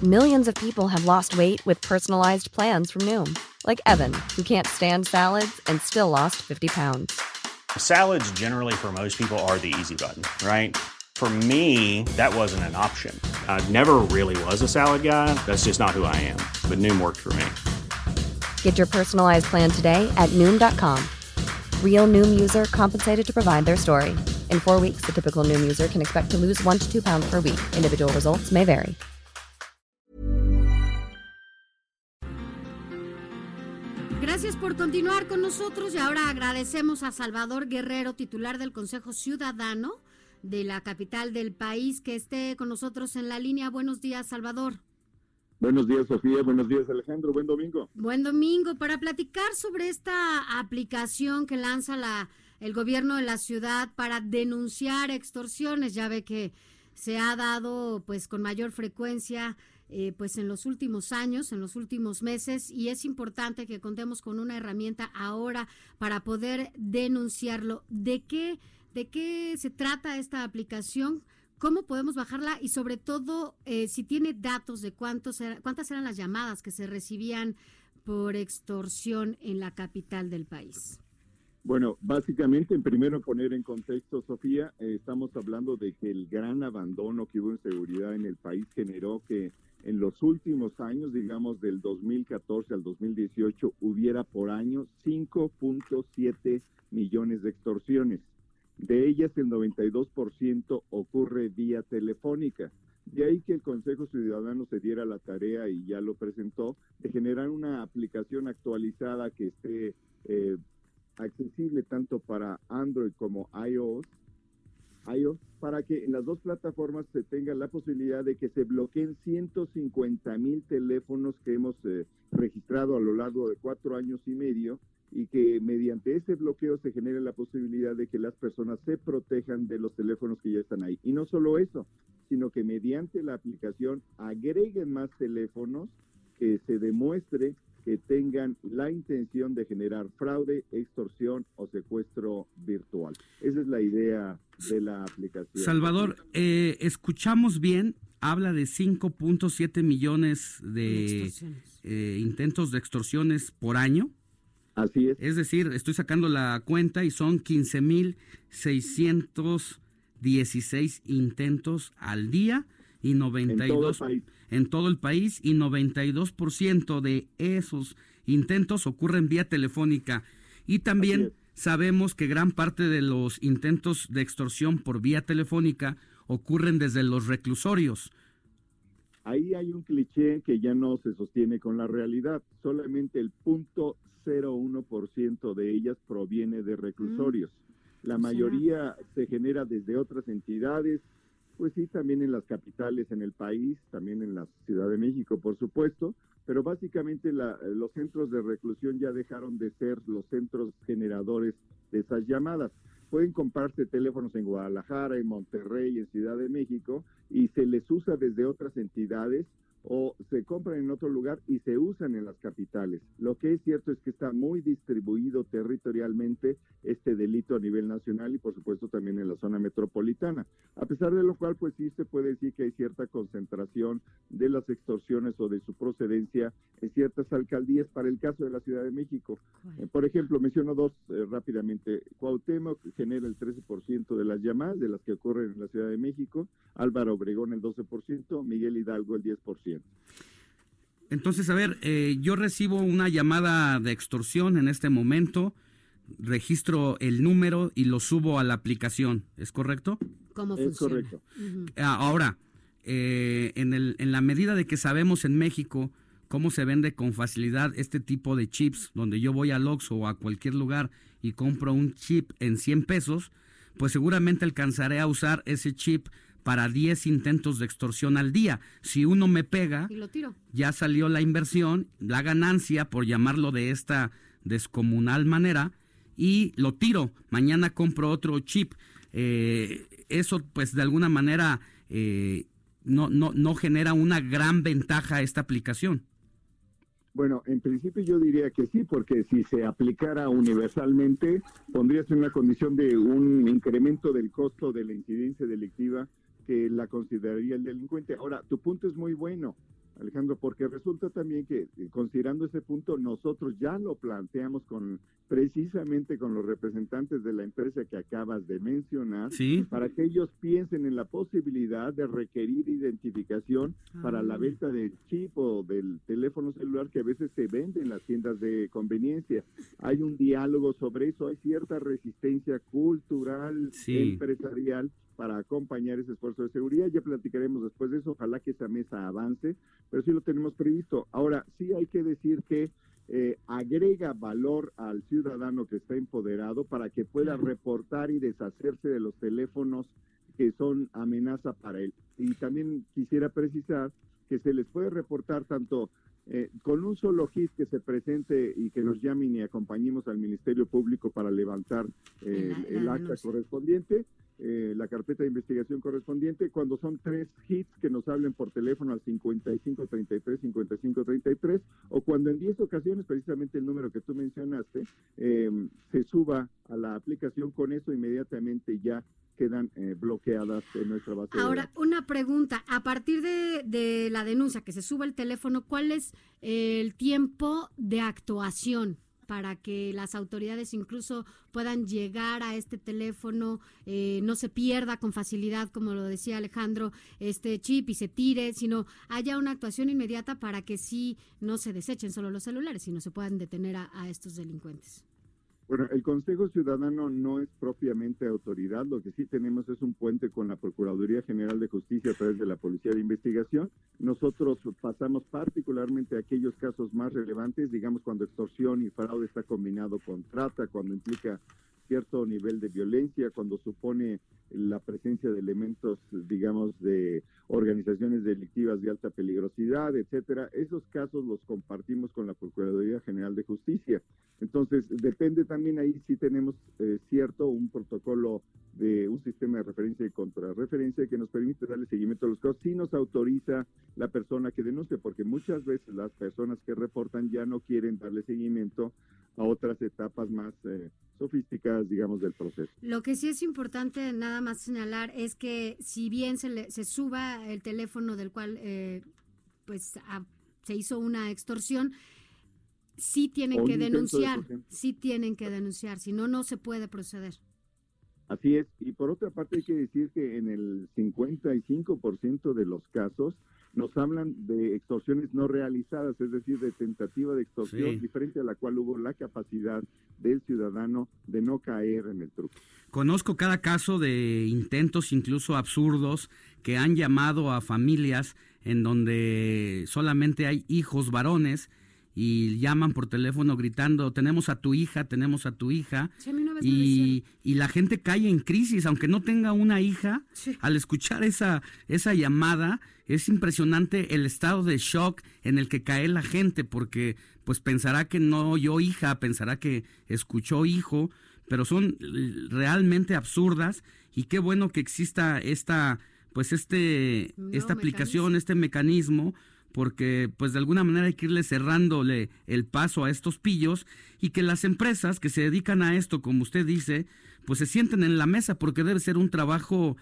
Millions of people have lost weight with personalized plans from Noom. Like Evan, who can't stand salads and still lost 50 pounds. Salads generally for most people are the easy button, right? For me, that wasn't an option. I never really was a salad guy. That's just not who I am. But Noom worked for me. Get your personalized plan today at Noom.com. Real Noom user compensated to provide their story. In 4 weeks, the typical Noom user can expect to lose 1 to 2 pounds per week. Individual results may vary. Gracias por continuar con nosotros y ahora agradecemos a Salvador Guerrero, titular del Consejo Ciudadano de la capital del país, que esté con nosotros en la línea. Buenos días, Salvador. Buenos días, Sofía. Buenos días, Alejandro. Buen domingo. Buen domingo. Para platicar sobre esta aplicación que lanza el gobierno de la ciudad para denunciar extorsiones, ya ve que se ha dado pues con mayor frecuencia pues en los últimos años, en los últimos meses, y es importante que contemos con una herramienta ahora para poder denunciarlo. ¿De qué se trata esta aplicación? ¿Cómo podemos bajarla? Y sobre todo, si tiene datos de cuántas eran las llamadas que se recibían por extorsión en la capital del país. Bueno, básicamente, primero poner en contexto, Sofía, estamos hablando de que el gran abandono que hubo en seguridad en el país generó que en los últimos años, digamos del 2014 al 2018, hubiera por año 5.7 millones de extorsiones. De ellas, el 92% ocurre vía telefónica. De ahí que el Consejo Ciudadano se diera la tarea, y ya lo presentó, de generar una aplicación actualizada que esté accesible tanto para Android como iOS, para que en las dos plataformas se tenga la posibilidad de que se bloqueen 150,000 teléfonos que hemos registrado a lo largo de 4 años y medio, y que mediante ese bloqueo se genere la posibilidad de que las personas se protejan de los teléfonos que ya están ahí. Y no solo eso, sino que mediante la aplicación agreguen más teléfonos que se demuestre que tengan la intención de generar fraude, extorsión o secuestro virtual. Esa es la idea de la aplicación. Salvador, escuchamos bien, habla de 5.7 millones de intentos de extorsiones por año. Así es. Es decir, estoy sacando la cuenta y son 15,616 intentos al día y 92 en todo el país, y 92% de esos intentos ocurren vía telefónica. Y también sabemos que gran parte de los intentos de extorsión por vía telefónica ocurren desde los reclusorios. Ahí hay un cliché que ya no se sostiene con la realidad. Solamente el 0.01% de ellas proviene de reclusorios. La mayoría se genera desde otras entidades, pues sí, también en las capitales en el país, también en la Ciudad de México, por supuesto, pero básicamente los centros de reclusión ya dejaron de ser los centros generadores de esas llamadas. Pueden comprarse teléfonos en Guadalajara, en Monterrey, en Ciudad de México, y se les usa desde otras entidades, o se compran en otro lugar y se usan en las capitales. Lo que es cierto es que está muy distribuido territorialmente este delito a nivel nacional y por supuesto también en la zona metropolitana. A pesar de lo cual, pues sí se puede decir que hay cierta concentración de las extorsiones o de su procedencia en ciertas alcaldías. Para el caso de la Ciudad de México, por ejemplo, menciono dos rápidamente. Cuauhtémoc genera el 13% de las llamadas de las que ocurren en la Ciudad de México, Álvaro Obregón el 12%, Miguel Hidalgo el 10%. Entonces, a ver, yo recibo una llamada de extorsión en este momento, registro el número y lo subo a la aplicación, ¿es correcto? ¿Cómo funciona? Es correcto. Ahora, en la medida de que sabemos en México cómo se vende con facilidad este tipo de chips, donde yo voy al Oxxo o a cualquier lugar y compro un chip en 100 pesos, pues seguramente alcanzaré a usar ese chip para 10 intentos de extorsión al día. Si uno me pega, y lo tiro, ya salió la inversión, la ganancia, por llamarlo de esta descomunal manera, y lo tiro. Mañana compro otro chip. Eso, pues, de alguna manera no genera una gran ventaja esta aplicación. Bueno, en principio yo diría que sí, porque si se aplicara universalmente, pondrías en una condición de un incremento del costo de la incidencia delictiva que la consideraría el delincuente. Ahora, tu punto es muy bueno. Alejandro, porque resulta también que, considerando ese punto, nosotros ya lo planteamos precisamente con los representantes de la empresa que acabas de mencionar, ¿sí?, para que ellos piensen en la posibilidad de requerir identificación para la venta del chip o del teléfono celular que a veces se vende en las tiendas de conveniencia. Hay un diálogo sobre eso, hay cierta resistencia cultural, empresarial, para acompañar ese esfuerzo de seguridad. Ya platicaremos después de eso, ojalá que esa mesa avance, pero sí lo tenemos previsto. Ahora, sí hay que decir que agrega valor al ciudadano que está empoderado para que pueda reportar y deshacerse de los teléfonos que son amenaza para él. Y también quisiera precisar que se les puede reportar tanto con un solo hit que se presente y que nos llamen y acompañemos al Ministerio Público para levantar el acta correspondiente, la carpeta de investigación correspondiente, cuando son 3 hits que nos hablen por teléfono al 5533, o cuando en 10 ocasiones, precisamente el número que tú mencionaste, se suba a la aplicación. Con eso inmediatamente ya quedan bloqueadas en nuestra base de datos. Ahora, una pregunta, a partir de la denuncia, que se suba el teléfono, ¿cuál es el tiempo de actuación para que las autoridades incluso puedan llegar a este teléfono, no se pierda con facilidad, como lo decía Alejandro, este chip y se tire, sino haya una actuación inmediata para que sí no se desechen solo los celulares, sino se puedan detener a estos delincuentes? Bueno, el Consejo Ciudadano no es propiamente autoridad, lo que sí tenemos es un puente con la Procuraduría General de Justicia a través de la Policía de Investigación. Nosotros pasamos particularmente a aquellos casos más relevantes, digamos cuando extorsión y fraude está combinado con trata, cuando implica cierto nivel de violencia, cuando supone la presencia de elementos, digamos, de organizaciones delictivas de alta peligrosidad, etcétera. Esos casos los compartimos con la Procuraduría General de Justicia. Entonces, depende también ahí si tenemos un protocolo de un sistema de referencia y contrarreferencia que nos permite darle seguimiento a los casos. Sí nos autoriza la persona que denuncia, porque muchas veces las personas que reportan ya no quieren darle seguimiento a otras etapas más sofisticadas, digamos, del proceso. Lo que sí es importante nada más señalar es que si bien se suba el teléfono del cual se hizo una extorsión, sí tienen que denunciar, si no, no se puede proceder. Así es, y por otra parte hay que decir que en el 55% de los casos nos hablan de extorsiones no realizadas, es decir, de tentativa de extorsión, diferente a la cual hubo la capacidad del ciudadano de no caer en el truco. Conozco cada caso de intentos incluso absurdos que han llamado a familias en donde solamente hay hijos varones y llaman por teléfono gritando, tenemos a tu hija, Sí, y la gente cae en crisis, aunque no tenga una hija. Al escuchar esa llamada, es impresionante el estado de shock en el que cae la gente, porque pues pensará que no oyó hija, pensará que escuchó hijo, pero son realmente absurdas, y qué bueno que exista esta aplicación, este mecanismo, porque pues de alguna manera hay que irle cerrándole el paso a estos pillos, y que las empresas que se dedican a esto, como usted dice, pues se sienten en la mesa, porque debe ser un trabajo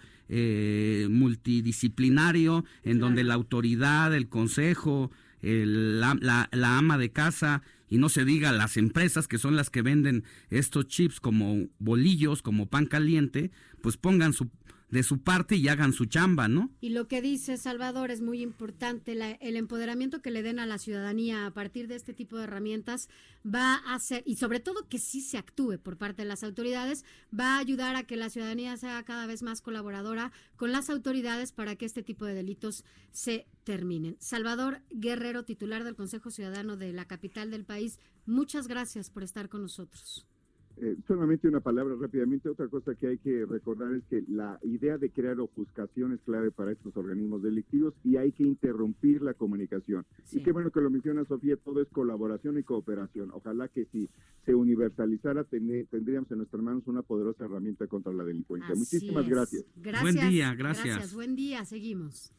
multidisciplinario, en donde la autoridad, el consejo, la ama de casa, y no se diga las empresas que son las que venden estos chips como bolillos, como pan caliente, pues pongan de su parte y hagan su chamba, ¿no? Y lo que dice Salvador es muy importante, el empoderamiento que le den a la ciudadanía a partir de este tipo de herramientas va a hacer, y sobre todo que sí se actúe por parte de las autoridades, va a ayudar a que la ciudadanía sea cada vez más colaboradora con las autoridades para que este tipo de delitos se terminen. Salvador Guerrero, titular del Consejo Ciudadano de la capital del país, muchas gracias por estar con nosotros. Solamente una palabra rápidamente. Otra cosa que hay que recordar es que la idea de crear ofuscación es clave para estos organismos delictivos, y hay que interrumpir la comunicación. Sí. Y qué bueno que lo menciona Sofía, todo es colaboración y cooperación. Ojalá que si se universalizara, tendríamos en nuestras manos una poderosa herramienta contra la delincuencia. Así Muchísimas gracias. Buen día, gracias. Buen día, seguimos.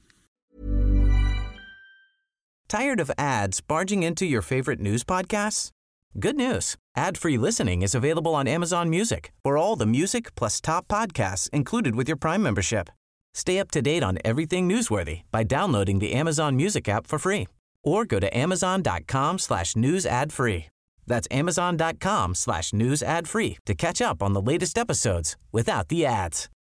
Tired of ads barging into your favorite news podcasts? Good news. Ad-free listening is available on Amazon Music for all the music plus top podcasts included with your Prime membership. Stay up to date on everything newsworthy by downloading the Amazon Music app for free or go to amazon.com/news ad free. That's amazon.com/news ad free to catch up on the latest episodes without the ads.